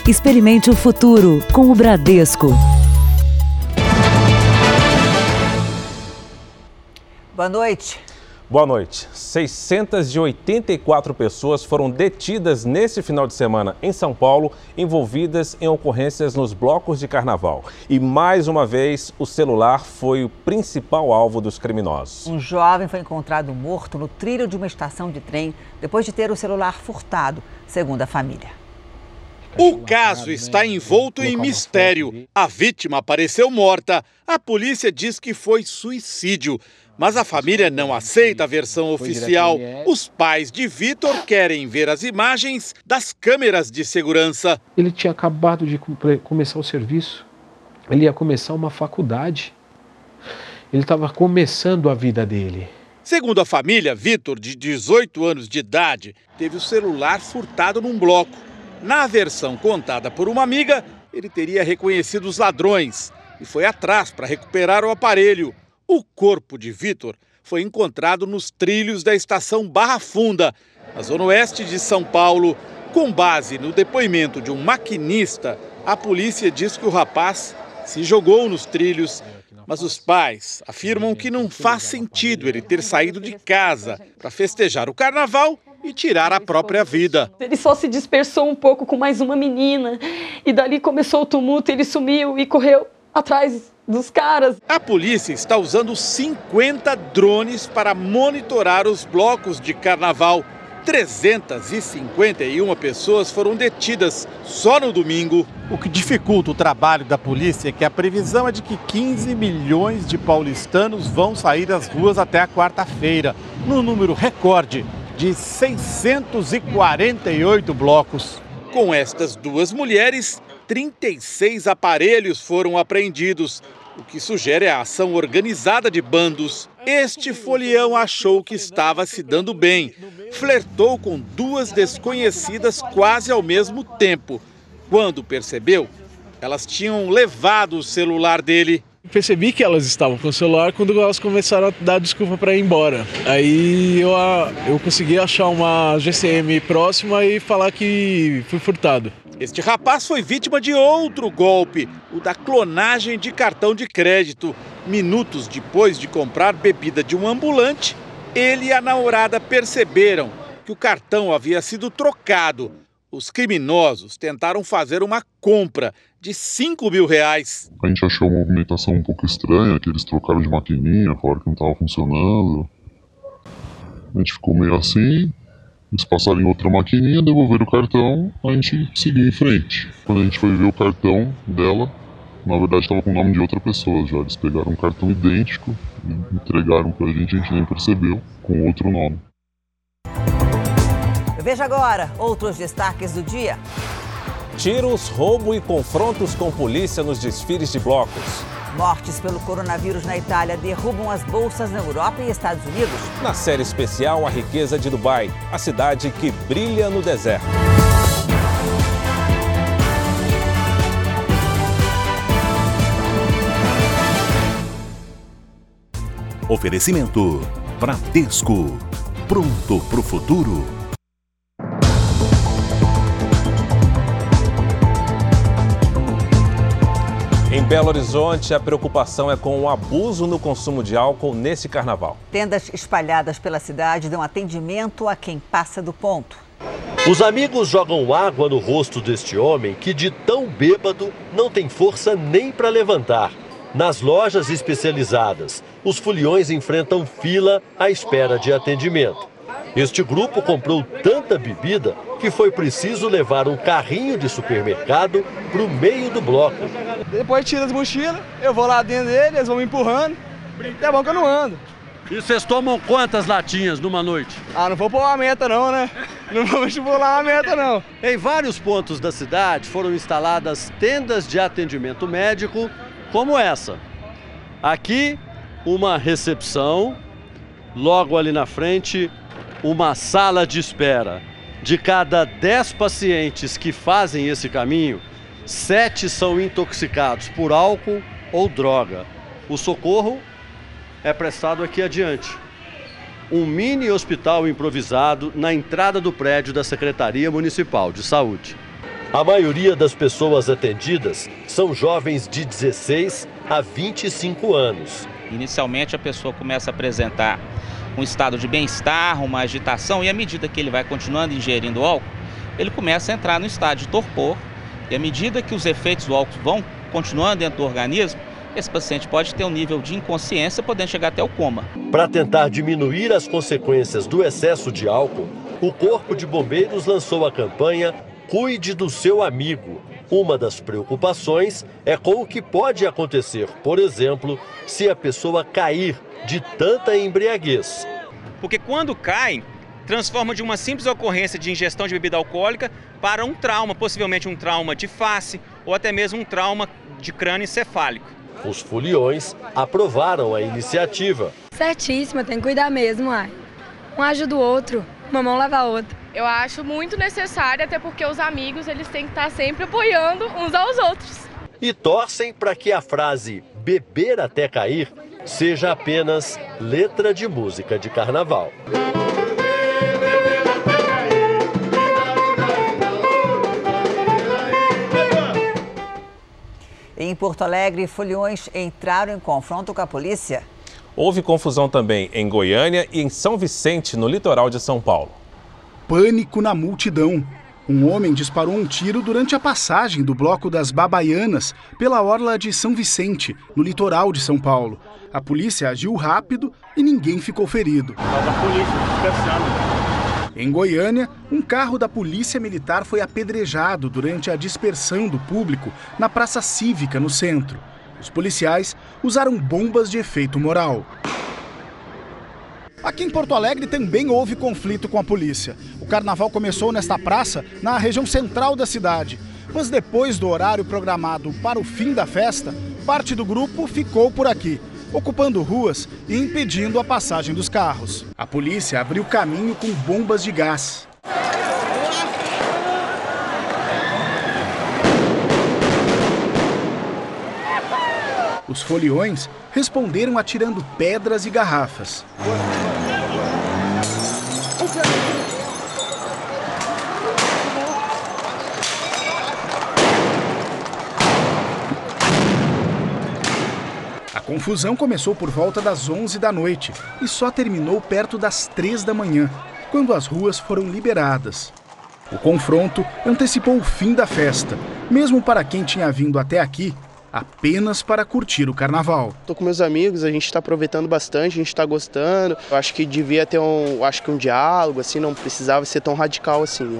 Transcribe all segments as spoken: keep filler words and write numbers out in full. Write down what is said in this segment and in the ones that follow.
Experimente o futuro com o Bradesco. Boa noite. Boa noite. seiscentas e oitenta e quatro pessoas foram detidas nesse final de semana em São Paulo, envolvidas em ocorrências nos blocos de carnaval. E mais uma vez, o celular foi o principal alvo dos criminosos. Um jovem foi encontrado morto no trilho de uma estação de trem depois de ter o celular furtado, segundo a família. O caso está envolto em mistério. A vítima apareceu morta. A polícia diz que foi suicídio. Mas a família não aceita a versão oficial. Os pais de Vitor querem ver as imagens das câmeras de segurança. Ele tinha acabado de começar o serviço. Ele ia começar uma faculdade. Ele estava começando a vida dele. Segundo a família, Vitor, de dezoito anos de idade, teve o celular furtado num bloco. Na versão contada por uma amiga, ele teria reconhecido os ladrões e foi atrás para recuperar o aparelho. O corpo de Vitor foi encontrado nos trilhos da estação Barra Funda, na zona oeste de São Paulo. Com base no depoimento de um maquinista, a polícia diz que o rapaz se jogou nos trilhos. Mas os pais afirmam que não faz sentido ele ter saído de casa para festejar o carnaval e tirar a própria vida. Ele só se dispersou um pouco com mais uma menina e dali começou o tumulto, ele sumiu e correu atrás dos caras. A polícia está usando cinquenta drones para monitorar os blocos de carnaval. trezentas e cinquenta e uma pessoas foram detidas só no domingo. O que dificulta o trabalho da polícia é que a previsão é de que quinze milhões de paulistanos vão sair às ruas até a quarta-feira, no número recorde de seiscentos e quarenta e oito blocos. Com estas duas mulheres, trinta e seis aparelhos foram apreendidos, o que sugere a ação organizada de bandos. Este folião achou que estava se dando bem. Flertou com duas desconhecidas quase ao mesmo tempo. Quando percebeu, elas tinham levado o celular dele. Percebi que elas estavam com o celular quando elas começaram a dar desculpa para ir embora. Aí eu, eu consegui achar uma G C M próxima e falar que fui furtado. Este rapaz foi vítima de outro golpe, o da clonagem de cartão de crédito. Minutos depois de comprar bebida de um ambulante, ele e a namorada perceberam que o cartão havia sido trocado. Os criminosos tentaram fazer uma compra de cinco mil reais. A gente achou uma movimentação um pouco estranha, que eles trocaram de maquininha, falaram que não estava funcionando. A gente ficou meio assim, eles passaram em outra maquininha, devolveram o cartão, a gente seguiu em frente. Quando a gente foi ver o cartão dela, na verdade estava com o nome de outra pessoa já. Eles pegaram um cartão idêntico e entregaram pra gente, a gente nem percebeu, com outro nome. Veja agora outros destaques do dia. Tiros, roubo e confrontos com polícia nos desfiles de blocos. Mortes pelo coronavírus na Itália derrubam as bolsas na Europa e Estados Unidos. Na série especial, a riqueza de Dubai, a cidade que brilha no deserto. Oferecimento Bradesco. Pronto pro futuro. Em Belo Horizonte, a preocupação é com o abuso no consumo de álcool nesse carnaval. Tendas espalhadas pela cidade dão atendimento a quem passa do ponto. Os amigos jogam água no rosto deste homem que, de tão bêbado, não tem força nem para levantar. Nas lojas especializadas, os foliões enfrentam fila à espera de atendimento. Este grupo comprou tanta bebida que foi preciso levar um carrinho de supermercado para o meio do bloco. Depois tira as mochilas, eu vou lá dentro dele, eles vão me empurrando. É bom que eu não ando. E vocês tomam quantas latinhas numa noite? Ah, não vou pôr uma meta não, né? Não vou estipular uma meta não. Em vários pontos da cidade foram instaladas tendas de atendimento médico como essa. Aqui, uma recepção, logo ali na frente, uma sala de espera. De cada dez pacientes que fazem esse caminho, sete são intoxicados por álcool ou droga. O socorro é prestado aqui adiante. Um mini hospital improvisado na entrada do prédio da Secretaria Municipal de Saúde. A maioria das pessoas atendidas são jovens de dezesseis a vinte e cinco anos. Inicialmente a pessoa começa a apresentar um estado de bem-estar, uma agitação, e à medida que ele vai continuando ingerindo álcool, ele começa a entrar no estado de torpor, e à medida que os efeitos do álcool vão continuando dentro do organismo, esse paciente pode ter um nível de inconsciência, podendo chegar até o coma. Para tentar diminuir as consequências do excesso de álcool, o Corpo de Bombeiros lançou a campanha Cuide do seu amigo. Uma das preocupações é com o que pode acontecer, por exemplo, se a pessoa cair de tanta embriaguez. Porque quando cai, transforma de uma simples ocorrência de ingestão de bebida alcoólica para um trauma, possivelmente um trauma de face ou até mesmo um trauma de crânio encefálico. Os foliões aprovaram a iniciativa. Certíssima, tem que cuidar mesmo, ai. Um ajuda o outro, uma mão lava a outra. Eu acho muito necessário, até porque os amigos eles têm que estar sempre apoiando uns aos outros. E torcem para que a frase beber até cair seja apenas letra de música de carnaval. Em Porto Alegre, foliões entraram em confronto com a polícia. Houve confusão também em Goiânia e em São Vicente, no litoral de São Paulo. Pânico na multidão. Um homem disparou um tiro durante a passagem do bloco das Babaianas pela orla de São Vicente, no litoral de São Paulo. A polícia agiu rápido e ninguém ficou ferido. Em Goiânia, um carro da Polícia Militar foi apedrejado durante a dispersão do público na Praça Cívica, no centro. Os policiais usaram bombas de efeito moral. Aqui em Porto Alegre também houve conflito com a polícia. O carnaval começou nesta praça, na região central da cidade. Mas depois do horário programado para o fim da festa, parte do grupo ficou por aqui, ocupando ruas e impedindo a passagem dos carros. A polícia abriu caminho com bombas de gás. Os foliões responderam atirando pedras e garrafas. A confusão começou por volta das onze da noite e só terminou perto das três da manhã, quando as ruas foram liberadas. O confronto antecipou o fim da festa, mesmo para quem tinha vindo até aqui apenas para curtir o carnaval. Tô com meus amigos, a gente está aproveitando bastante, a gente está gostando. Eu acho que devia ter um, acho que um diálogo, assim, não precisava ser tão radical assim.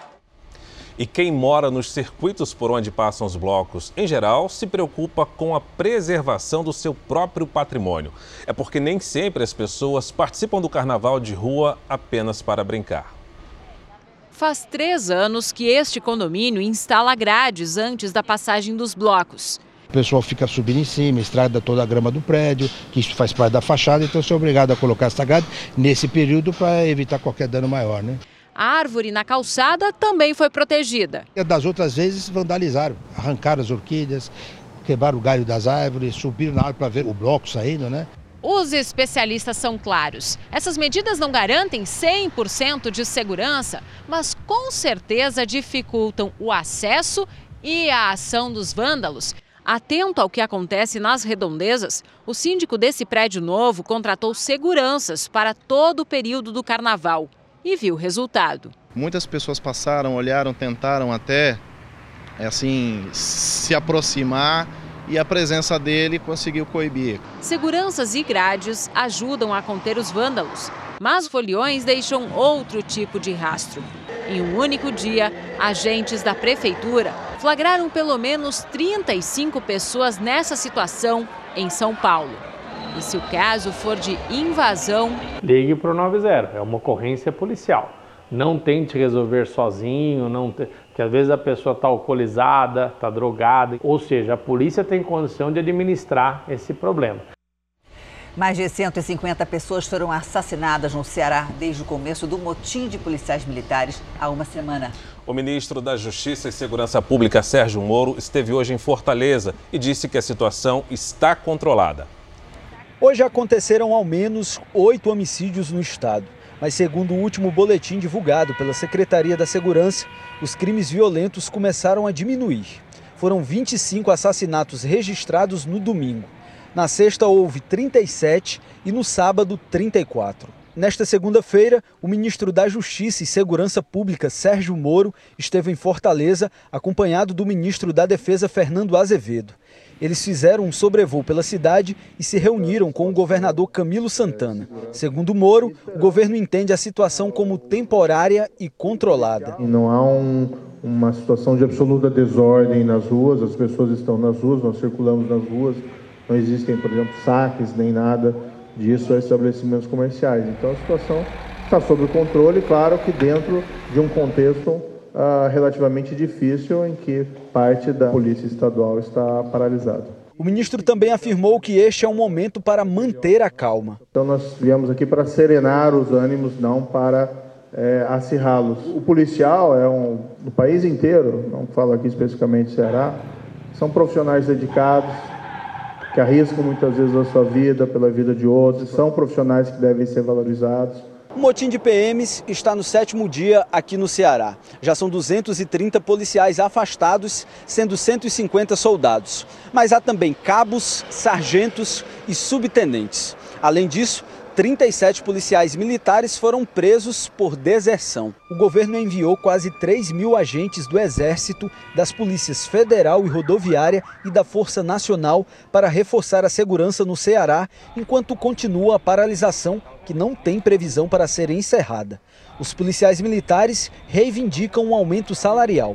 E quem mora nos circuitos por onde passam os blocos, em geral, se preocupa com a preservação do seu próprio patrimônio. É porque nem sempre as pessoas participam do carnaval de rua apenas para brincar. Faz três anos que este condomínio instala grades antes da passagem dos blocos. O pessoal fica subindo em cima, estraga toda a grama do prédio, que isso faz parte da fachada, então sou obrigado a colocar essa grade nesse período para evitar qualquer dano maior, né? A árvore na calçada também foi protegida. Das outras vezes vandalizaram, arrancaram as orquídeas, quebraram o galho das árvores, subiram na árvore para ver o bloco saindo, né? Os especialistas são claros. Essas medidas não garantem cem por cento de segurança, mas com certeza dificultam o acesso e a ação dos vândalos. Atento ao que acontece nas redondezas, o síndico desse prédio novo contratou seguranças para todo o período do carnaval e viu o resultado. Muitas pessoas passaram, olharam, tentaram até assim, se aproximar e a presença dele conseguiu coibir. Seguranças e grades ajudam a conter os vândalos, mas os foliões deixam outro tipo de rastro. Em um único dia, agentes da prefeitura flagraram pelo menos trinta e cinco pessoas nessa situação em São Paulo. E se o caso for de invasão... Ligue para o nove zero, é uma ocorrência policial. Não tente resolver sozinho, não te... porque às vezes a pessoa está alcoolizada, está drogada. Ou seja, a polícia tem condição de administrar esse problema. Mais de cento e cinquenta pessoas foram assassinadas no Ceará desde o começo do motim de policiais militares há uma semana. O ministro da Justiça e Segurança Pública, Sérgio Moro, esteve hoje em Fortaleza e disse que a situação está controlada. Hoje aconteceram ao menos oito homicídios no estado. Mas segundo o último boletim divulgado pela Secretaria da Segurança, os crimes violentos começaram a diminuir. Foram vinte e cinco assassinatos registrados no domingo. Na sexta houve trinta e sete e no sábado trinta e quatro. Nesta segunda-feira, o ministro da Justiça e Segurança Pública, Sérgio Moro, esteve em Fortaleza, acompanhado do ministro da Defesa, Fernando Azevedo. Eles fizeram um sobrevoo pela cidade e se reuniram com o governador Camilo Santana. Segundo Moro, o governo entende a situação como temporária e controlada. E não há um, uma situação de absoluta desordem nas ruas, as pessoas estão nas ruas, nós circulamos nas ruas, não existem, por exemplo, saques nem nada disso a estabelecimentos comerciais. Então a situação está sob controle, claro que dentro de um contexto uh, relativamente difícil em que parte da Polícia Estadual está paralisada. O ministro também afirmou que este é um momento para manter a calma. Então nós viemos aqui para serenar os ânimos, não para é, acirrá-los. O policial é um, do país inteiro, não falo aqui especificamente Ceará, são profissionais dedicados, que arriscam muitas vezes a sua vida pela vida de outros, são profissionais que devem ser valorizados. O motim de P Ms está no sétimo dia aqui no Ceará. Já são duzentos e trinta policiais afastados, sendo cento e cinquenta soldados. Mas há também cabos, sargentos e subtenentes. Além disso, trinta e sete policiais militares foram presos por deserção. O governo enviou quase três mil agentes do Exército, das Polícias Federal e Rodoviária e da Força Nacional para reforçar a segurança no Ceará, enquanto continua a paralisação, que não tem previsão para ser encerrada. Os policiais militares reivindicam um aumento salarial.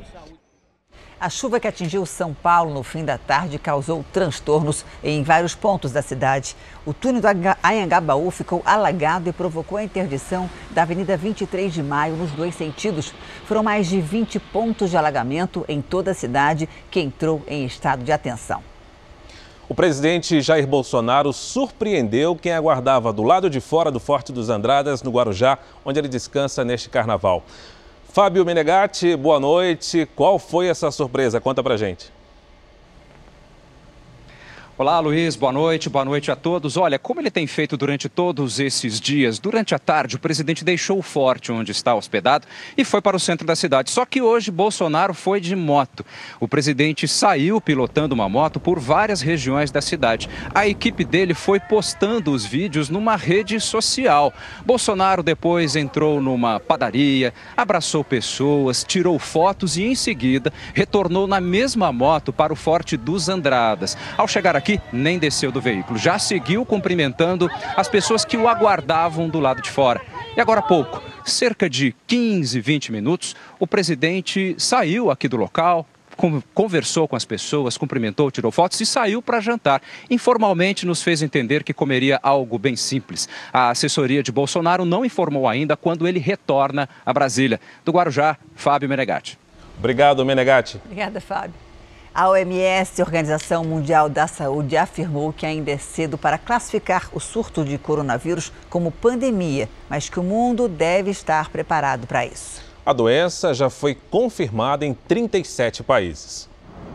A chuva que atingiu São Paulo no fim da tarde causou transtornos em vários pontos da cidade. O túnel do Anhangabaú ficou alagado e provocou a interdição da Avenida vinte e três de maio nos dois sentidos. Foram mais de vinte pontos de alagamento em toda a cidade, que entrou em estado de atenção. O presidente Jair Bolsonaro surpreendeu quem aguardava do lado de fora do Forte dos Andradas, no Guarujá, onde ele descansa neste carnaval. Fábio Menegatti, boa noite. Qual foi essa surpresa? Conta pra gente. Olá, Luiz, boa noite, boa noite a todos. Olha, como ele tem feito durante todos esses dias, durante a tarde o presidente deixou o forte onde está hospedado e foi para o centro da cidade. Só que hoje Bolsonaro foi de moto. O presidente saiu pilotando uma moto por várias regiões da cidade. A equipe dele foi postando os vídeos numa rede social. Bolsonaro depois entrou numa padaria, abraçou pessoas, tirou fotos e em seguida retornou na mesma moto para o Forte dos Andradas. Ao chegar aqui, nem desceu do veículo, já seguiu cumprimentando as pessoas que o aguardavam do lado de fora. E agora há pouco, cerca de quinze, vinte minutos, o presidente saiu aqui do local, conversou com as pessoas, cumprimentou, tirou fotos e saiu para jantar. Informalmente nos fez entender que comeria algo bem simples. A assessoria de Bolsonaro não informou ainda quando ele retorna a Brasília. Do Guarujá, Fábio Menegatti. Obrigado, Menegatti. Obrigada, Fábio. A O M S, Organização Mundial da Saúde, afirmou que ainda é cedo para classificar o surto de coronavírus como pandemia, mas que o mundo deve estar preparado para isso. A doença já foi confirmada em trinta e sete países.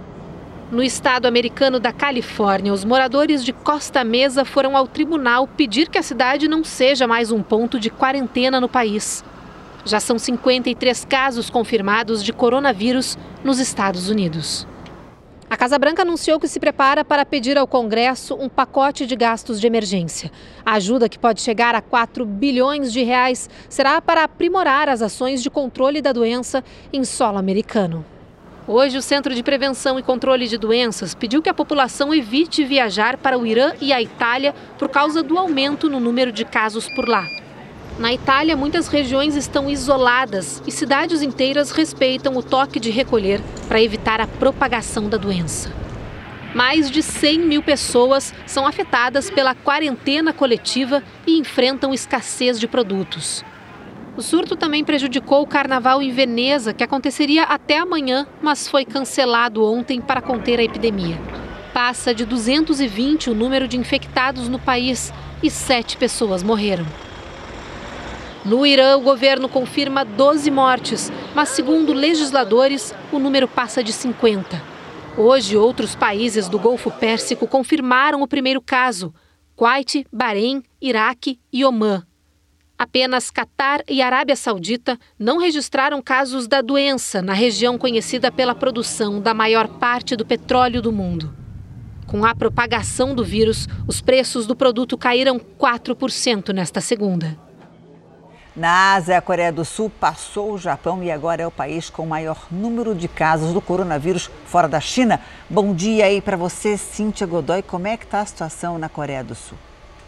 No estado americano da Califórnia, os moradores de Costa Mesa foram ao tribunal pedir que a cidade não seja mais um ponto de quarentena no país. Já são cinquenta e três casos confirmados de coronavírus nos Estados Unidos. A Casa Branca anunciou que se prepara para pedir ao Congresso um pacote de gastos de emergência. A ajuda, que pode chegar a quatro bilhões de reais, será para aprimorar as ações de controle da doença em solo americano. Hoje, o Centro de Prevenção e Controle de Doenças pediu que a população evite viajar para o Irã e a Itália por causa do aumento no número de casos por lá. Na Itália, muitas regiões estão isoladas e cidades inteiras respeitam o toque de recolher para evitar a propagação da doença. Mais de cem mil pessoas são afetadas pela quarentena coletiva e enfrentam escassez de produtos. O surto também prejudicou o carnaval em Veneza, que aconteceria até amanhã, mas foi cancelado ontem para conter a epidemia. Passa de duzentos e vinte o número de infectados no país e sete pessoas morreram. No Irã, o governo confirma doze mortes, mas segundo legisladores, o número passa de cinquenta. Hoje, outros países do Golfo Pérsico confirmaram o primeiro caso: Kuwait, Bahrein, Iraque e Omã. Apenas Catar e Arábia Saudita não registraram casos da doença na região conhecida pela produção da maior parte do petróleo do mundo. Com a propagação do vírus, os preços do produto caíram quatro por cento nesta segunda. Na Ásia, a Coreia do Sul passou o Japão e agora é o país com o maior número de casos do coronavírus fora da China. Bom dia aí para você, Cíntia Godoy. Como é que está a situação na Coreia do Sul?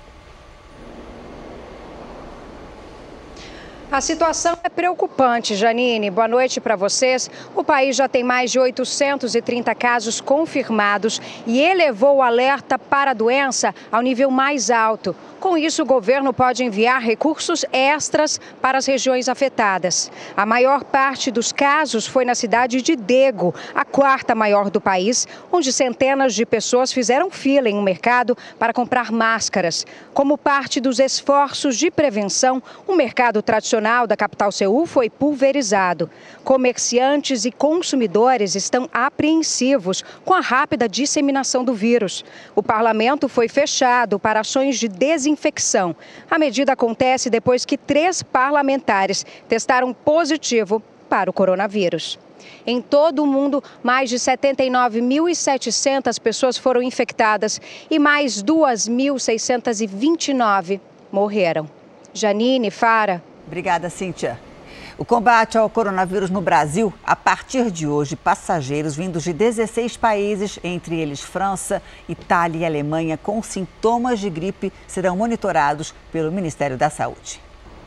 A situação é preocupante, Janine. Boa noite para vocês. O país já tem mais de oitocentos e trinta casos confirmados e elevou o alerta para a doença ao nível mais alto. Com isso, o governo pode enviar recursos extras para as regiões afetadas. A maior parte dos casos foi na cidade de Daegu, a quarta maior do país, onde centenas de pessoas fizeram fila em um mercado para comprar máscaras. Como parte dos esforços de prevenção, o mercado tradicional da capital Seul foi pulverizado. Comerciantes e consumidores estão apreensivos com a rápida disseminação do vírus. O parlamento foi fechado para ações de desinfecção. Infecção. A medida acontece depois que três parlamentares testaram positivo para o coronavírus. Em todo o mundo, mais de setenta e nove mil e setecentas pessoas foram infectadas e mais duas mil seiscentas e vinte e nove morreram. Janine, Fara. Obrigada, Cíntia. O combate ao coronavírus no Brasil, a partir de hoje, passageiros vindos de dezesseis países, entre eles França, Itália e Alemanha, com sintomas de gripe, serão monitorados pelo Ministério da Saúde.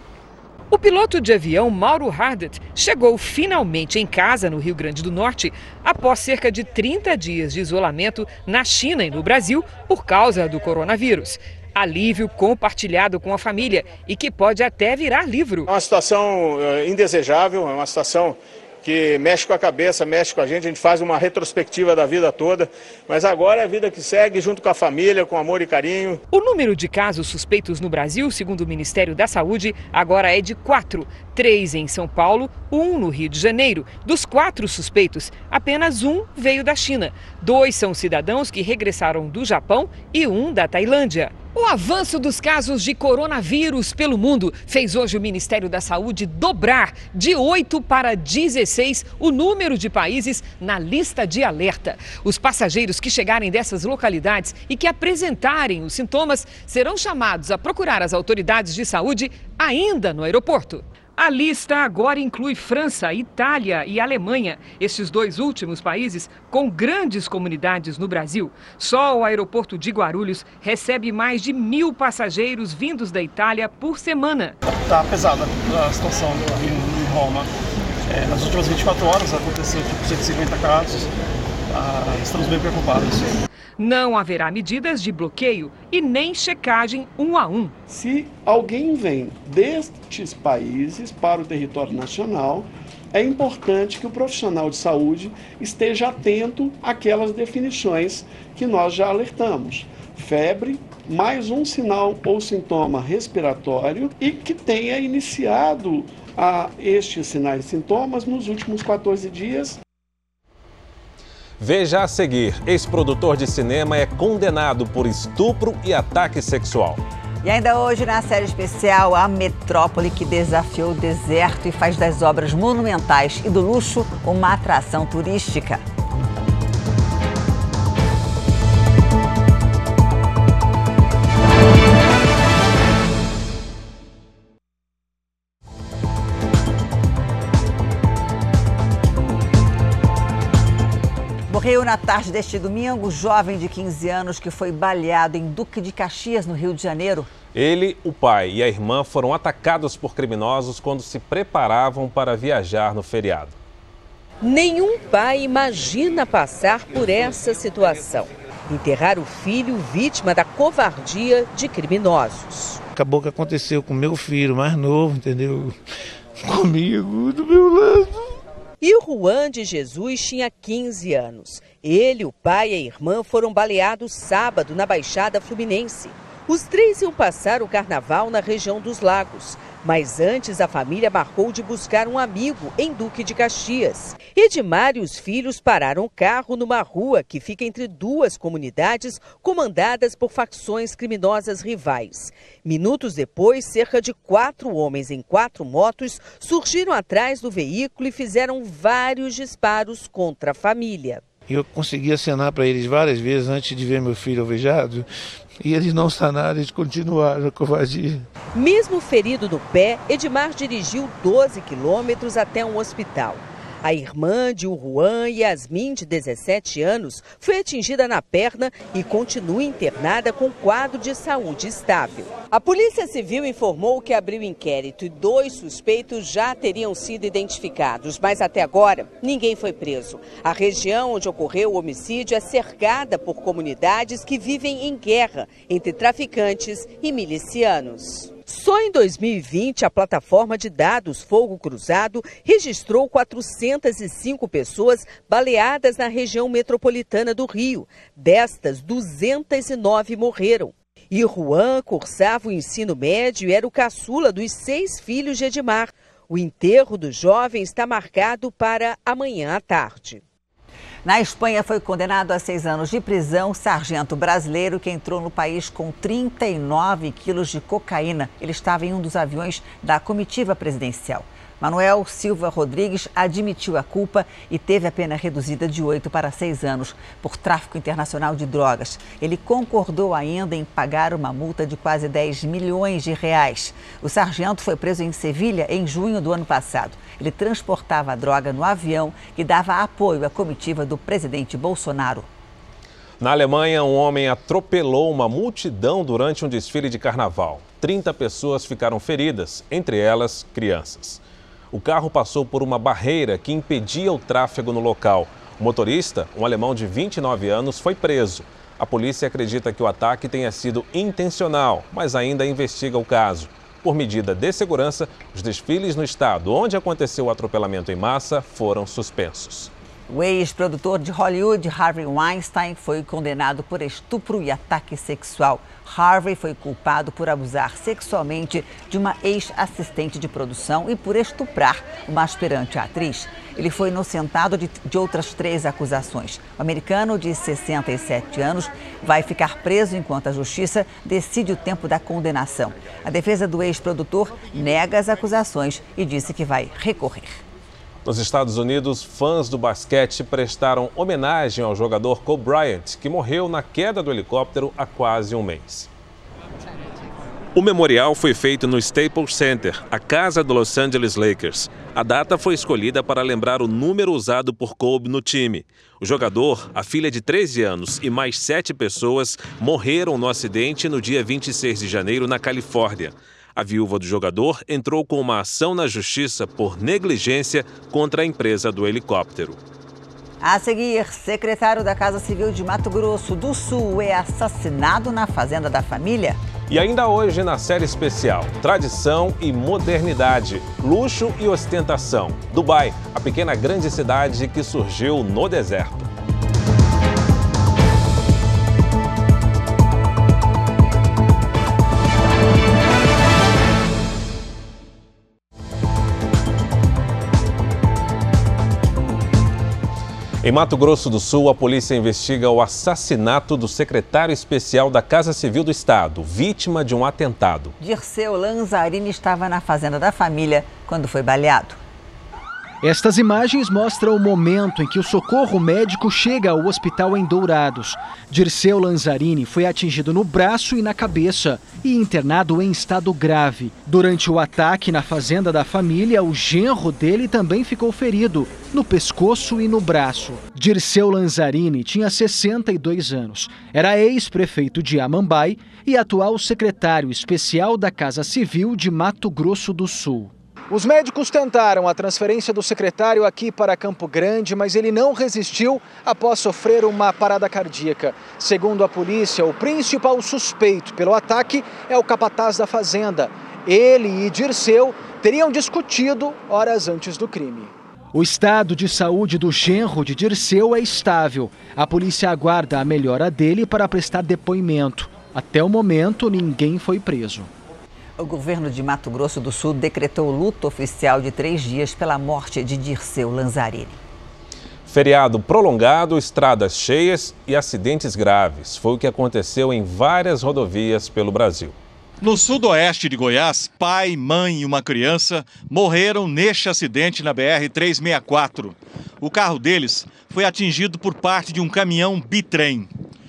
O piloto de avião Mauro Hardet chegou finalmente em casa, no Rio Grande do Norte, após cerca de trinta dias de isolamento na China e no Brasil por causa do coronavírus. Alívio compartilhado com a família e que pode até virar livro. É uma situação indesejável, é uma situação que mexe com a cabeça, mexe com a gente, a gente faz uma retrospectiva da vida toda, mas agora é a vida que segue junto com a família, com amor e carinho. O número de casos suspeitos no Brasil, segundo o Ministério da Saúde, agora é de quatro. Três em São Paulo, um no Rio de Janeiro. Dos quatro suspeitos, apenas um veio da China. Dois são cidadãos que regressaram do Japão e um da Tailândia. O avanço dos casos de coronavírus pelo mundo fez hoje o Ministério da Saúde dobrar de oito para dezesseis o número de países na lista de alerta. Os passageiros que chegarem dessas localidades e que apresentarem os sintomas serão chamados a procurar as autoridades de saúde ainda no aeroporto. A lista agora inclui França, Itália e Alemanha, esses dois últimos países com grandes comunidades no Brasil. Só o aeroporto de Guarulhos recebe mais de mil passageiros vindos da Itália por semana. Está pesada a situação em Roma. É, nas últimas vinte e quatro horas aconteceu tipo cento e cinquenta casos. Ah, estamos bem preocupados. Não haverá medidas de bloqueio e nem checagem um a um. Se alguém vem destes países para o território nacional, é importante que o profissional de saúde esteja atento àquelas definições que nós já alertamos. Febre, mais um sinal ou sintoma respiratório e que tenha iniciado a estes sinais e sintomas nos últimos quatorze dias. Veja a seguir, ex-produtor de cinema é condenado por estupro e ataque sexual. E ainda hoje, na série especial, a metrópole que desafiou o deserto e faz das obras monumentais e do luxo uma atração turística. Morreu na tarde deste domingo o jovem de quinze anos que foi baleado em Duque de Caxias, no Rio de Janeiro. Ele, o pai e a irmã foram atacados por criminosos quando se preparavam para viajar no feriado. Nenhum pai imagina passar por essa situação. Enterrar o filho vítima da covardia de criminosos. Acabou que aconteceu com meu filho mais novo, entendeu? Comigo, do meu lado. E o Juan de Jesus tinha quinze anos. Ele, o pai e a irmã foram baleados sábado na Baixada Fluminense. Os três iam passar o carnaval na região dos Lagos. Mas antes a família marcou de buscar um amigo em Duque de Caxias. Edmar e os filhos pararam o carro numa rua que fica entre duas comunidades comandadas por facções criminosas rivais. Minutos depois, cerca de quatro homens em quatro motos surgiram atrás do veículo e fizeram vários disparos contra a família. Eu consegui acenar para eles várias vezes antes de ver meu filho alvejado e eles não sanaram, eles continuaram a covardia. Mesmo ferido no pé, Edmar dirigiu doze quilômetros até um hospital. A irmã de Juan, Yasmin, de dezessete anos, foi atingida na perna e continua internada com quadro de saúde estável. A Polícia Civil informou que abriu inquérito e dois suspeitos já teriam sido identificados, mas até agora ninguém foi preso. A região onde ocorreu o homicídio é cercada por comunidades que vivem em guerra entre traficantes e milicianos. Só em dois mil e vinte, a plataforma de dados Fogo Cruzado registrou quatrocentas e cinco pessoas baleadas na região metropolitana do Rio. Destas, duzentas e nove morreram. E Juan cursava o ensino médio e era o caçula dos seis filhos de Edmar. O enterro do jovem está marcado para amanhã à tarde. Na Espanha, foi condenado a seis anos de prisão o sargento brasileiro que entrou no país com trinta e nove quilos de cocaína. Ele estava em um dos aviões da comitiva presidencial. Manuel Silva Rodrigues admitiu a culpa e teve a pena reduzida de oito para seis anos por tráfico internacional de drogas. Ele concordou ainda em pagar uma multa de quase dez milhões de reais. O sargento foi preso em Sevilha em junho do ano passado. Ele transportava a droga no avião que dava apoio à comitiva do presidente Bolsonaro. Na Alemanha, um homem atropelou uma multidão durante um desfile de carnaval. trinta pessoas ficaram feridas, entre elas crianças. O carro passou por uma barreira que impedia o tráfego no local. O motorista, um alemão de vinte e nove anos, foi preso. A polícia acredita que o ataque tenha sido intencional, mas ainda investiga o caso. Por medida de segurança, os desfiles no estado onde aconteceu o atropelamento em massa foram suspensos. O ex-produtor de Hollywood, Harvey Weinstein, foi condenado por estupro e ataque sexual. Harvey foi culpado por abusar sexualmente de uma ex-assistente de produção e por estuprar uma aspirante atriz. Ele foi inocentado de, de outras três acusações. O americano, de sessenta e sete anos, vai ficar preso enquanto a justiça decide o tempo da condenação. A defesa do ex-produtor nega as acusações e disse que vai recorrer. Nos Estados Unidos, fãs do basquete prestaram homenagem ao jogador Kobe Bryant, que morreu na queda do helicóptero há quase um mês. O memorial foi feito no Staples Center, a casa do Los Angeles Lakers. A data foi escolhida para lembrar o número usado por Kobe no time. O jogador, a filha de treze anos e mais sete pessoas morreram no acidente no dia vinte e seis de janeiro na Califórnia. A viúva do jogador entrou com uma ação na justiça por negligência contra a empresa do helicóptero. A seguir, secretário da Casa Civil de Mato Grosso do Sul é assassinado na fazenda da família. E ainda hoje na série especial, tradição e modernidade, luxo e ostentação. Dubai, a pequena grande cidade que surgiu no deserto. Em Mato Grosso do Sul, a polícia investiga o assassinato do secretário especial da Casa Civil do Estado, vítima de um atentado. Dirceu Lanzarini estava na fazenda da família quando foi baleado. Estas imagens mostram o momento em que o socorro médico chega ao hospital em Dourados. Dirceu Lanzarini foi atingido no braço e na cabeça e internado em estado grave. Durante o ataque na fazenda da família, o genro dele também ficou ferido, no pescoço e no braço. Dirceu Lanzarini tinha sessenta e dois anos, era ex-prefeito de Amambai e atual secretário especial da Casa Civil de Mato Grosso do Sul. Os médicos tentaram a transferência do secretário aqui para Campo Grande, mas ele não resistiu após sofrer uma parada cardíaca. Segundo a polícia, o principal suspeito pelo ataque é o capataz da fazenda. Ele e Dirceu teriam discutido horas antes do crime. O estado de saúde do genro de Dirceu é estável. A polícia aguarda a melhora dele para prestar depoimento. Até o momento, ninguém foi preso. O governo de Mato Grosso do Sul decretou luto oficial de três dias pela morte de Dirceu Lanzarini. Feriado prolongado, estradas cheias e acidentes graves. Foi o que aconteceu em várias rodovias pelo Brasil. No sudoeste de Goiás, pai, mãe e uma criança morreram neste acidente na B R trezentos e sessenta e quatro. O carro deles foi atingido por parte de um caminhão bitrem.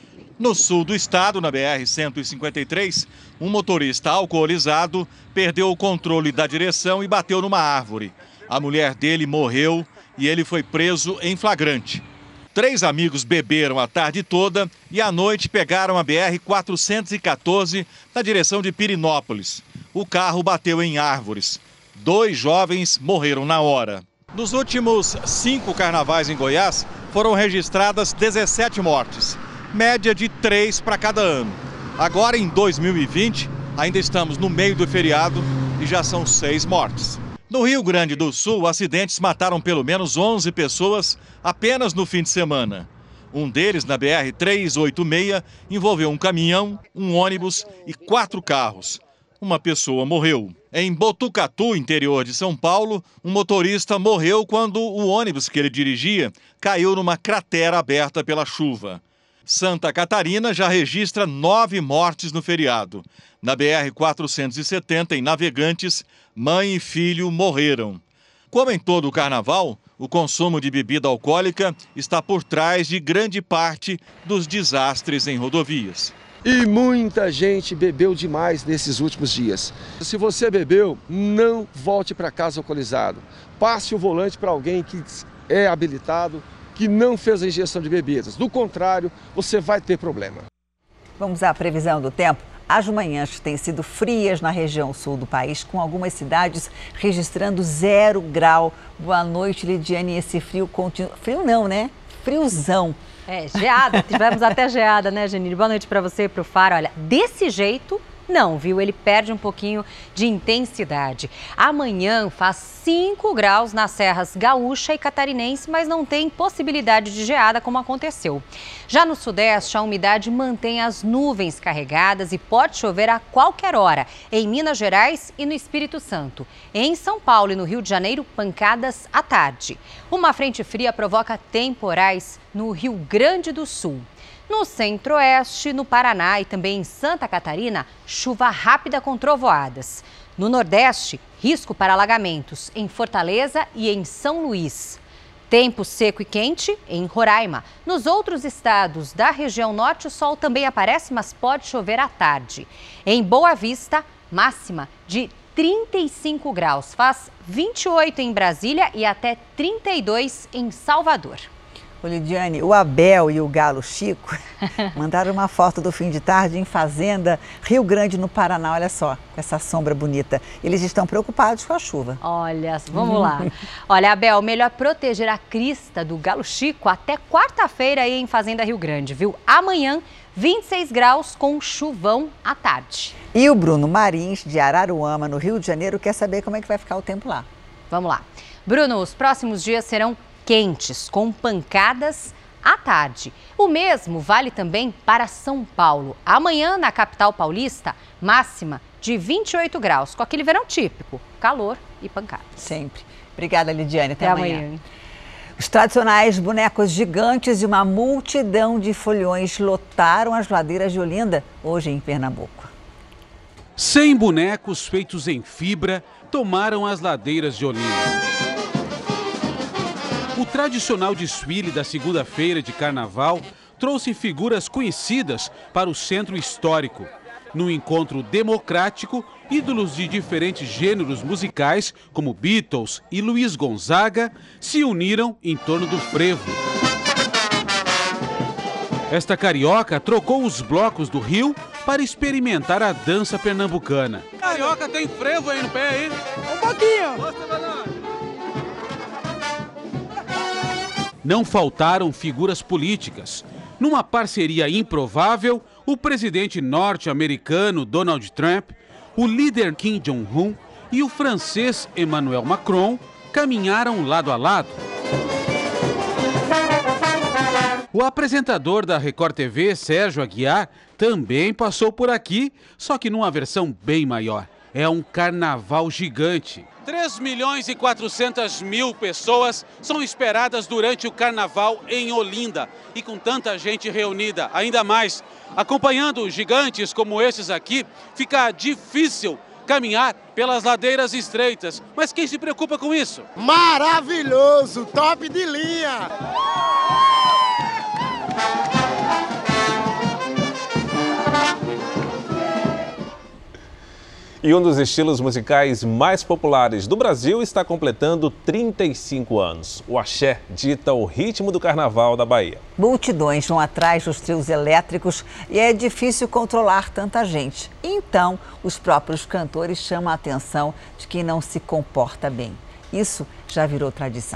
No sul do estado, na B R cento e cinquenta e três, um motorista alcoolizado perdeu o controle da direção e bateu numa árvore. A mulher dele morreu e ele foi preso em flagrante. Três amigos beberam a tarde toda e à noite pegaram a B R quatrocentos e quatorze na direção de Pirinópolis. O carro bateu em árvores. Dois jovens morreram na hora. Nos últimos cinco carnavais em Goiás, foram registradas dezessete mortes, média de três para cada ano. Agora, em dois mil e vinte, ainda estamos no meio do feriado e já são seis mortes. No Rio Grande do Sul, acidentes mataram pelo menos onze pessoas apenas no fim de semana. Um deles, na B R trezentos e oitenta e seis, envolveu um caminhão, um ônibus e quatro carros. Uma pessoa morreu. Em Botucatu, interior de São Paulo, um motorista morreu quando o ônibus que ele dirigia caiu numa cratera aberta pela chuva. Santa Catarina já registra nove mortes no feriado. Na B R quatrocentos e setenta, em Navegantes, mãe e filho morreram. Como em todo o carnaval, o consumo de bebida alcoólica está por trás de grande parte dos desastres em rodovias. E muita gente bebeu demais nesses últimos dias. Se você bebeu, não volte para casa alcoolizado. Passe o volante para alguém que é habilitado, que não fez a ingestão de bebidas. Do contrário, você vai ter problema. Vamos à previsão do tempo. As manhãs têm sido frias na região sul do país, com algumas cidades registrando zero grau. Boa noite, Lidiane. Esse frio continua... Frio não, né? Friozão. É, geada. Tivemos até geada, né, Janine? Boa noite para você e para o Faro. Olha, desse jeito... Não, viu? Ele perde um pouquinho de intensidade. Amanhã faz cinco graus nas serras gaúcha e catarinense, mas não tem possibilidade de geada como aconteceu. Já no sudeste, a umidade mantém as nuvens carregadas e pode chover a qualquer hora em Minas Gerais e no Espírito Santo. Em São Paulo e no Rio de Janeiro, pancadas à tarde. Uma frente fria provoca temporais no Rio Grande do Sul. No centro-oeste, no Paraná e também em Santa Catarina, chuva rápida com trovoadas. No nordeste, risco para alagamentos em Fortaleza e em São Luís. Tempo seco e quente em Roraima. Nos outros estados da região norte, o sol também aparece, mas pode chover à tarde. Em Boa Vista, máxima de trinta e cinco graus. Faz vinte e oito em Brasília e até trinta e dois em Salvador. Ô, Lidiane, o Abel e o Galo Chico mandaram uma foto do fim de tarde em Fazenda, Rio Grande, no Paraná. Olha só, com essa sombra bonita. Eles estão preocupados com a chuva. Olha, vamos lá. Olha, Abel, melhor proteger a crista do Galo Chico até quarta-feira aí em Fazenda Rio Grande, viu? Amanhã, vinte e seis graus com chuvão à tarde. E o Bruno Marins, de Araruama, no Rio de Janeiro, quer saber como é que vai ficar o tempo lá. Vamos lá. Bruno, os próximos dias serão quentes, com pancadas à tarde. O mesmo vale também para São Paulo. Amanhã, na capital paulista, máxima de vinte e oito graus, com aquele verão típico, calor e pancadas. Sempre. Obrigada, Lidiane. Até, Até amanhã. amanhã. Os tradicionais bonecos gigantes e uma multidão de folhões lotaram as ladeiras de Olinda, hoje em Pernambuco. Cem bonecos feitos em fibra tomaram as ladeiras de Olinda. O tradicional desfile da segunda-feira de carnaval trouxe figuras conhecidas para o centro histórico. No encontro democrático, ídolos de diferentes gêneros musicais, como Beatles e Luiz Gonzaga, se uniram em torno do frevo. Esta carioca trocou os blocos do Rio para experimentar a dança pernambucana. Carioca tem frevo aí no pé aí? Um pouquinho. Não faltaram figuras políticas. Numa parceria improvável, o presidente norte-americano Donald Trump, o líder Kim Jong-un e o francês Emmanuel Macron caminharam lado a lado. O apresentador da Record T V, Sérgio Aguiar, também passou por aqui, só que numa versão bem maior. é um carnaval gigante. três milhões e quatrocentas mil pessoas são esperadas durante o carnaval em Olinda. E com tanta gente reunida, ainda mais acompanhando gigantes como esses aqui, fica difícil caminhar pelas ladeiras estreitas. Mas quem se preocupa com isso? Maravilhoso, top de linha! E um dos estilos musicais mais populares do Brasil está completando trinta e cinco anos. O axé dita o ritmo do carnaval da Bahia. Multidões vão atrás dos trios elétricos e é difícil controlar tanta gente. Então, os próprios cantores chamam a atenção de quem não se comporta bem. Isso já virou tradição.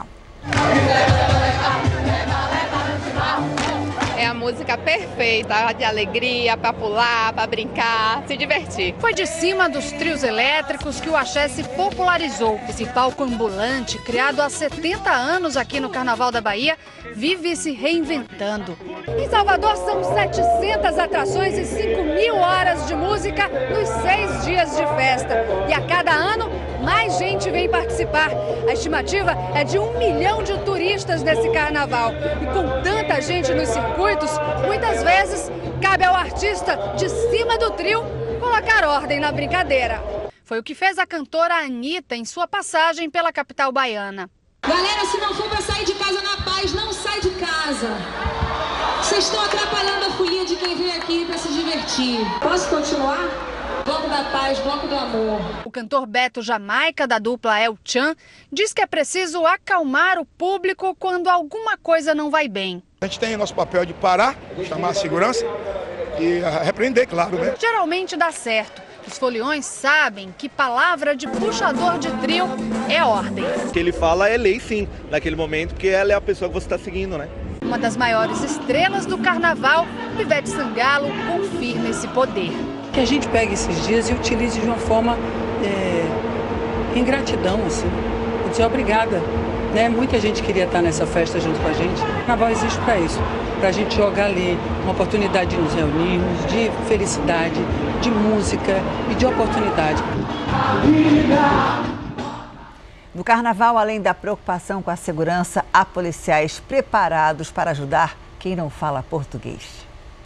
É a música perfeita, de alegria, para pular, para brincar, se divertir. Foi de cima dos trios elétricos que o axé se popularizou. Esse palco ambulante, criado há setenta anos aqui no Carnaval da Bahia, vive se reinventando. Em Salvador são setecentas atrações e cinco mil horas de música nos seis dias de festa. E a cada ano, mais gente vem participar. A estimativa é de um milhão de turistas nesse carnaval. E com tanta gente nos circuitos, muitas vezes cabe ao artista de cima do trio colocar ordem na brincadeira. Foi o que fez a cantora Anitta em sua passagem pela capital baiana. Galera, se não for para sair de casa na paz, não sai de casa. Vocês estão atrapalhando a folia de quem veio aqui para se divertir. Posso continuar? Bloco da paz, bloco do amor. O cantor Beto Jamaica, da dupla El Chan, diz que é preciso acalmar o público quando alguma coisa não vai bem. A gente tem o nosso papel de parar, chamar a segurança e repreender, claro, né? Geralmente dá certo. Os foliões sabem que palavra de puxador de trio é ordem. O que ele fala é lei, sim, naquele momento, porque ela é a pessoa que você está seguindo, né? Uma das maiores estrelas do carnaval, Ivete Sangalo, confirma esse poder. Que a gente pegue esses dias e utilize de uma forma é, em gratidão, assim. Eu dizer obrigada. Né? Muita gente queria estar nessa festa junto com a gente. O carnaval existe para isso, para a gente jogar ali uma oportunidade de nos reunirmos, de felicidade, de música e de oportunidade. No carnaval, além da preocupação com a segurança, há policiais preparados para ajudar quem não fala português.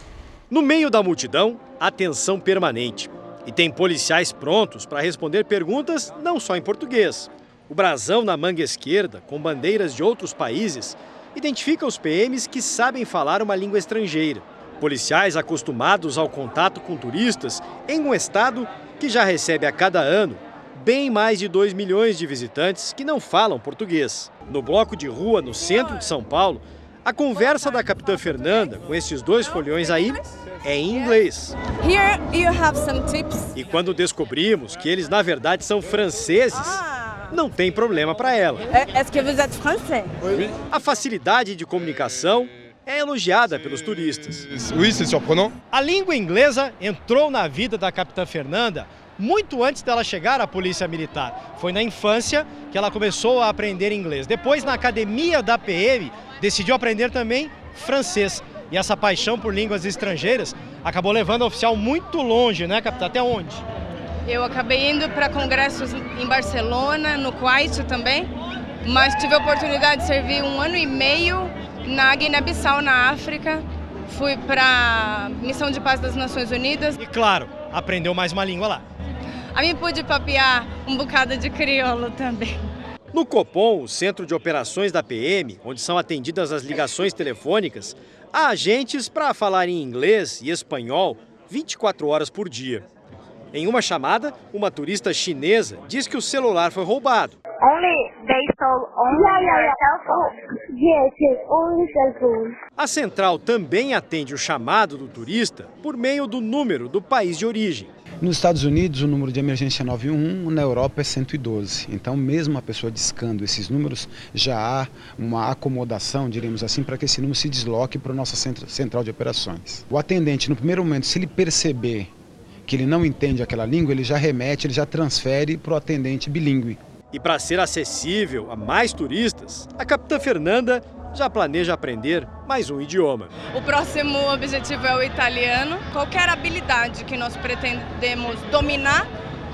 No meio da multidão, atenção permanente. E tem policiais prontos para responder perguntas não só em português. O brasão na manga esquerda, com bandeiras de outros países, identifica os P Ms que sabem falar uma língua estrangeira. Policiais acostumados ao contato com turistas em um estado que já recebe a cada ano bem mais de dois milhões de visitantes que não falam português. No bloco de rua, no centro de São Paulo, a conversa da capitã Fernanda com esses dois foliões aí é em inglês. Here you have some tips. E quando descobrimos que eles na verdade são franceses, não tem problema para ela. Est-ce que vous êtes français? A facilidade de comunicação é elogiada pelos turistas. Oui, c'est surprenant. A língua inglesa entrou na vida da capitã Fernanda muito antes dela chegar à polícia militar. Foi na infância que ela começou a aprender inglês. Depois, na academia da P M, decidiu aprender também francês. E essa paixão por línguas estrangeiras acabou levando a oficial muito longe, né, capitã? Até onde? Eu acabei indo para congressos em Barcelona, no Kuwait também, mas tive a oportunidade de servir um ano e meio na Guiné-Bissau, na África. Fui para a Missão de Paz das Nações Unidas. E claro, aprendeu mais uma língua lá. A mim pude papear um bocado de crioulo também. No Copom, o centro de operações da P M, onde são atendidas as ligações telefônicas, há agentes para falar em inglês e espanhol vinte e quatro horas por dia. Em uma chamada, uma turista chinesa diz que o celular foi roubado. Only they stole only yeah, yeah, yeah. cell phone. Yes, yes, only cell phone. A central também atende o chamado do turista por meio do número do país de origem. Nos Estados Unidos, o número de emergência nove um um, na Europa é cento e doze. Então, mesmo a pessoa discando esses números, já há uma acomodação, diríamos assim, para que esse número se desloque para a nossa central de operações. O atendente, no primeiro momento, se ele perceber que ele não entende aquela língua, ele já remete, ele já transfere para o atendente bilíngue. E para ser acessível a mais turistas, a capitã Fernanda já planeja aprender mais um idioma. O próximo objetivo é o italiano. Qualquer habilidade que nós pretendemos dominar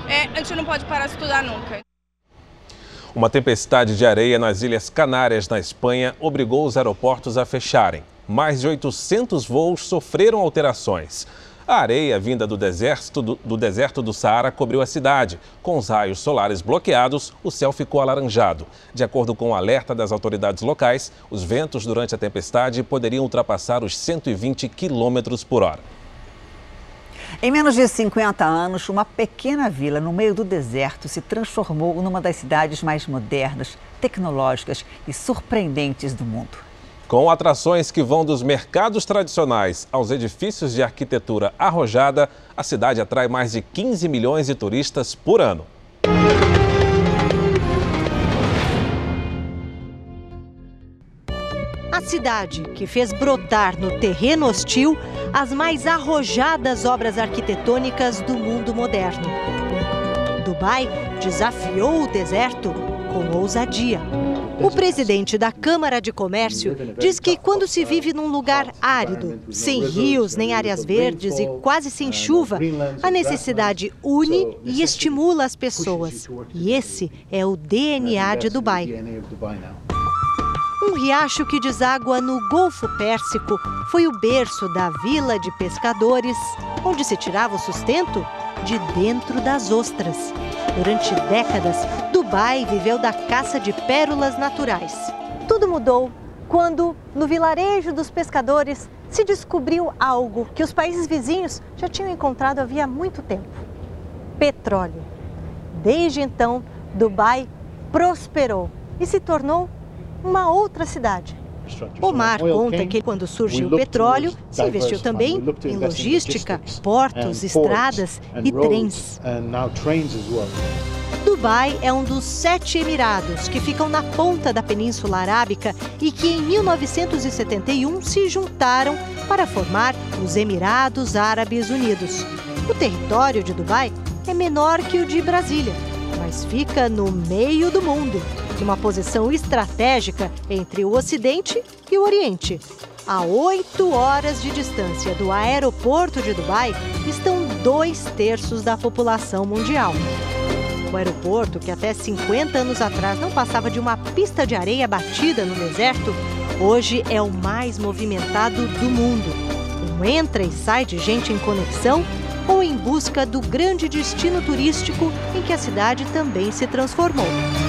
é, a gente não pode parar de estudar nunca. Uma tempestade de areia nas Ilhas Canárias, na Espanha, obrigou os aeroportos a fecharem. Mais de oitocentos voos sofreram alterações. A areia vinda do deserto do, do deserto do Saara cobriu a cidade. Com os raios solares bloqueados, o céu ficou alaranjado. De acordo com o alerta das autoridades locais, os ventos durante a tempestade poderiam ultrapassar os cento e vinte quilômetros por hora. Em menos de cinquenta anos, uma pequena vila no meio do deserto se transformou numa das cidades mais modernas, tecnológicas e surpreendentes do mundo. Com atrações que vão dos mercados tradicionais aos edifícios de arquitetura arrojada, a cidade atrai mais de quinze milhões de turistas por ano. A cidade que fez brotar no terreno hostil as mais arrojadas obras arquitetônicas do mundo moderno. Dubai desafiou o deserto com ousadia. O presidente da Câmara de Comércio diz que quando se vive num lugar árido, sem rios nem áreas verdes e quase sem chuva, a necessidade une e estimula as pessoas. E esse é o D N A de Dubai. Um riacho que deságua no Golfo Pérsico foi o berço da vila de pescadores, onde se tirava o sustento de dentro das ostras. Durante décadas, Dubai viveu da caça de pérolas naturais. Tudo mudou quando, no vilarejo dos pescadores, se descobriu algo que os países vizinhos já tinham encontrado havia muito tempo: petróleo. Desde então, Dubai prosperou e se tornou uma outra cidade. Omar conta que quando surgiu o petróleo, se investiu também em logística, portos, estradas e trens. Dubai é um dos sete Emirados que ficam na ponta da Península Arábica e que em mil novecentos e setenta e um se juntaram para formar os Emirados Árabes Unidos. O território de Dubai é menor que o de Brasília, mas fica no meio do mundo, numa posição estratégica entre o Ocidente e o Oriente. A oito horas de distância do aeroporto de Dubai estão dois terços da população mundial. O aeroporto, que até cinquenta anos atrás não passava de uma pista de areia batida no deserto, hoje é o mais movimentado do mundo. Um entra e sai de gente em conexão ou em busca do grande destino turístico em que a cidade também se transformou.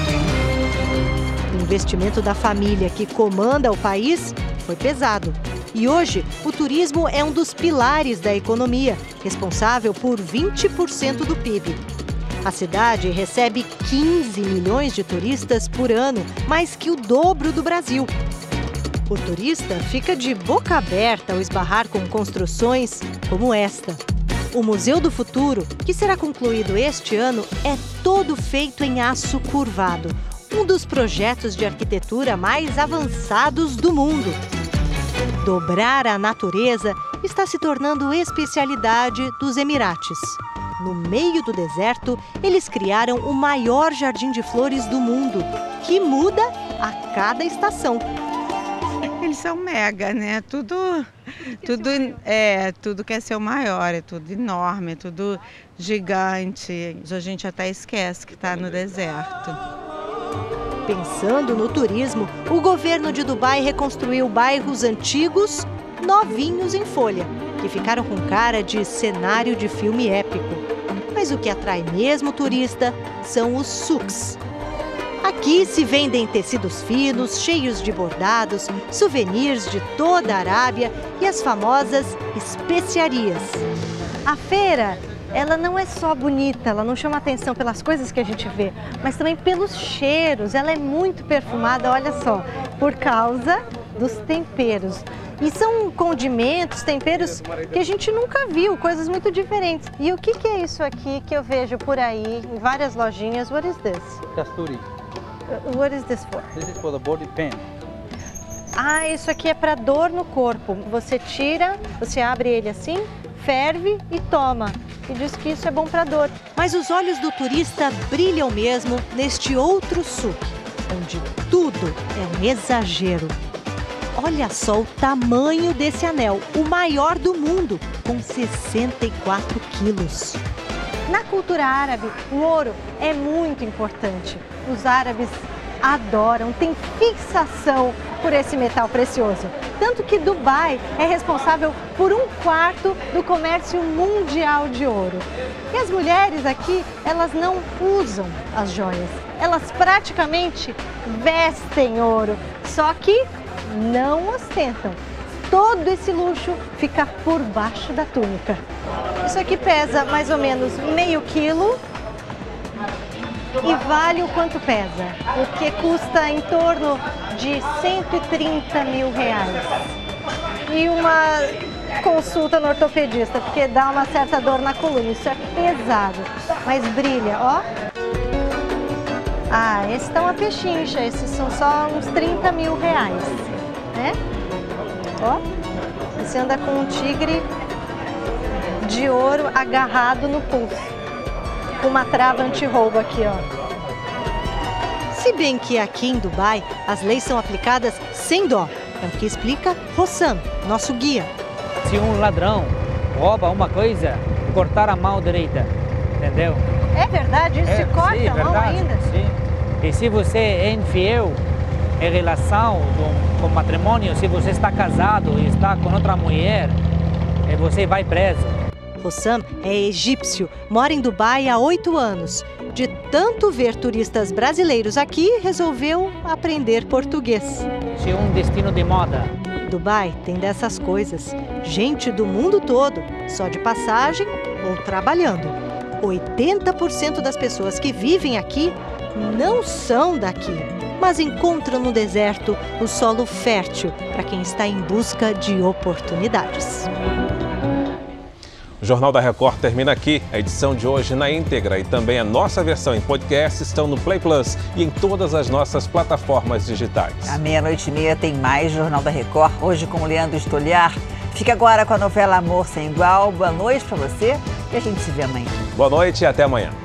O investimento da família que comanda o país foi pesado. E hoje, o turismo é um dos pilares da economia, responsável por vinte por cento do P I B. A cidade recebe quinze milhões de turistas por ano, mais que o dobro do Brasil. O turista fica de boca aberta ao esbarrar com construções como esta. O Museu do Futuro, que será concluído este ano, é todo feito em aço curvado, um dos projetos de arquitetura mais avançados do mundo. Dobrar a natureza está se tornando especialidade dos Emirates. No meio do deserto, eles criaram o maior jardim de flores do mundo, que muda a cada estação. Eles são mega, né? Tudo, tudo, é, tudo quer ser o maior, é tudo enorme, é tudo gigante. A gente até esquece que está no deserto. Pensando no turismo, o governo de Dubai reconstruiu bairros antigos, novinhos em folha, que ficaram com cara de cenário de filme épico. Mas o que atrai mesmo o turista são os souks. Aqui se vendem tecidos finos, cheios de bordados, souvenirs de toda a Arábia e as famosas especiarias. A feira, ela não é só bonita, ela não chama atenção pelas coisas que a gente vê, mas também pelos cheiros. Ela é muito perfumada, olha só, por causa dos temperos. E são condimentos, temperos que a gente nunca viu, coisas muito diferentes. E o que, que é isso aqui que eu vejo por aí em várias lojinhas? What is this? Casturi. What is this for? This is for the body pain. Ah, isso aqui é para dor no corpo. Você tira, você abre ele assim, ferve e toma. E diz que isso é bom para dor. Mas os olhos do turista brilham mesmo neste outro souk, onde tudo é um exagero. Olha só o tamanho desse anel, o maior do mundo, com sessenta e quatro quilos. Na cultura árabe, o ouro é muito importante. Os árabes adoram, têm fixação por esse metal precioso. Tanto que Dubai é responsável por um quarto do comércio mundial de ouro. E as mulheres aqui, elas não usam as joias. Elas praticamente vestem ouro, só que não ostentam. Todo esse luxo fica por baixo da túnica. Isso aqui pesa mais ou menos meio quilo e vale o quanto pesa, o que custa em torno de cento e trinta mil reais. E uma consulta no ortopedista, porque dá uma certa dor na coluna. Isso é pesado, mas brilha, ó. Ah, esse tá uma pechincha, esses são só uns trinta mil reais, né? Ó, você anda com um tigre de ouro agarrado no pulso, com uma trava anti-roubo aqui, ó. Se bem que aqui em Dubai as leis são aplicadas sem dó, é o que explica Hossam, nosso guia. Se um ladrão rouba uma coisa, cortar a mão direita, entendeu? É verdade? Isso É, se corta sim, a mão verdade, ainda? Sim. E se você é infiel em relação com, com matrimônio, se você está casado e está com outra mulher, você vai preso. Hossam é egípcio, mora em Dubai há oito anos. De tanto ver turistas brasileiros aqui, resolveu aprender português. Se um destino de moda. Dubai tem dessas coisas. Gente do mundo todo, só de passagem ou trabalhando. oitenta por cento das pessoas que vivem aqui não são daqui, mas encontram no deserto o solo fértil para quem está em busca de oportunidades. O Jornal da Record termina aqui. A edição de hoje na íntegra e também a nossa versão em podcast estão no Play Plus e em todas as nossas plataformas digitais. À meia-noite e meia tem mais Jornal da Record, hoje com o Leandro Stoliar. Fica agora com a novela Amor Sem Igual. Boa noite para você e a gente se vê amanhã. Boa noite e até amanhã.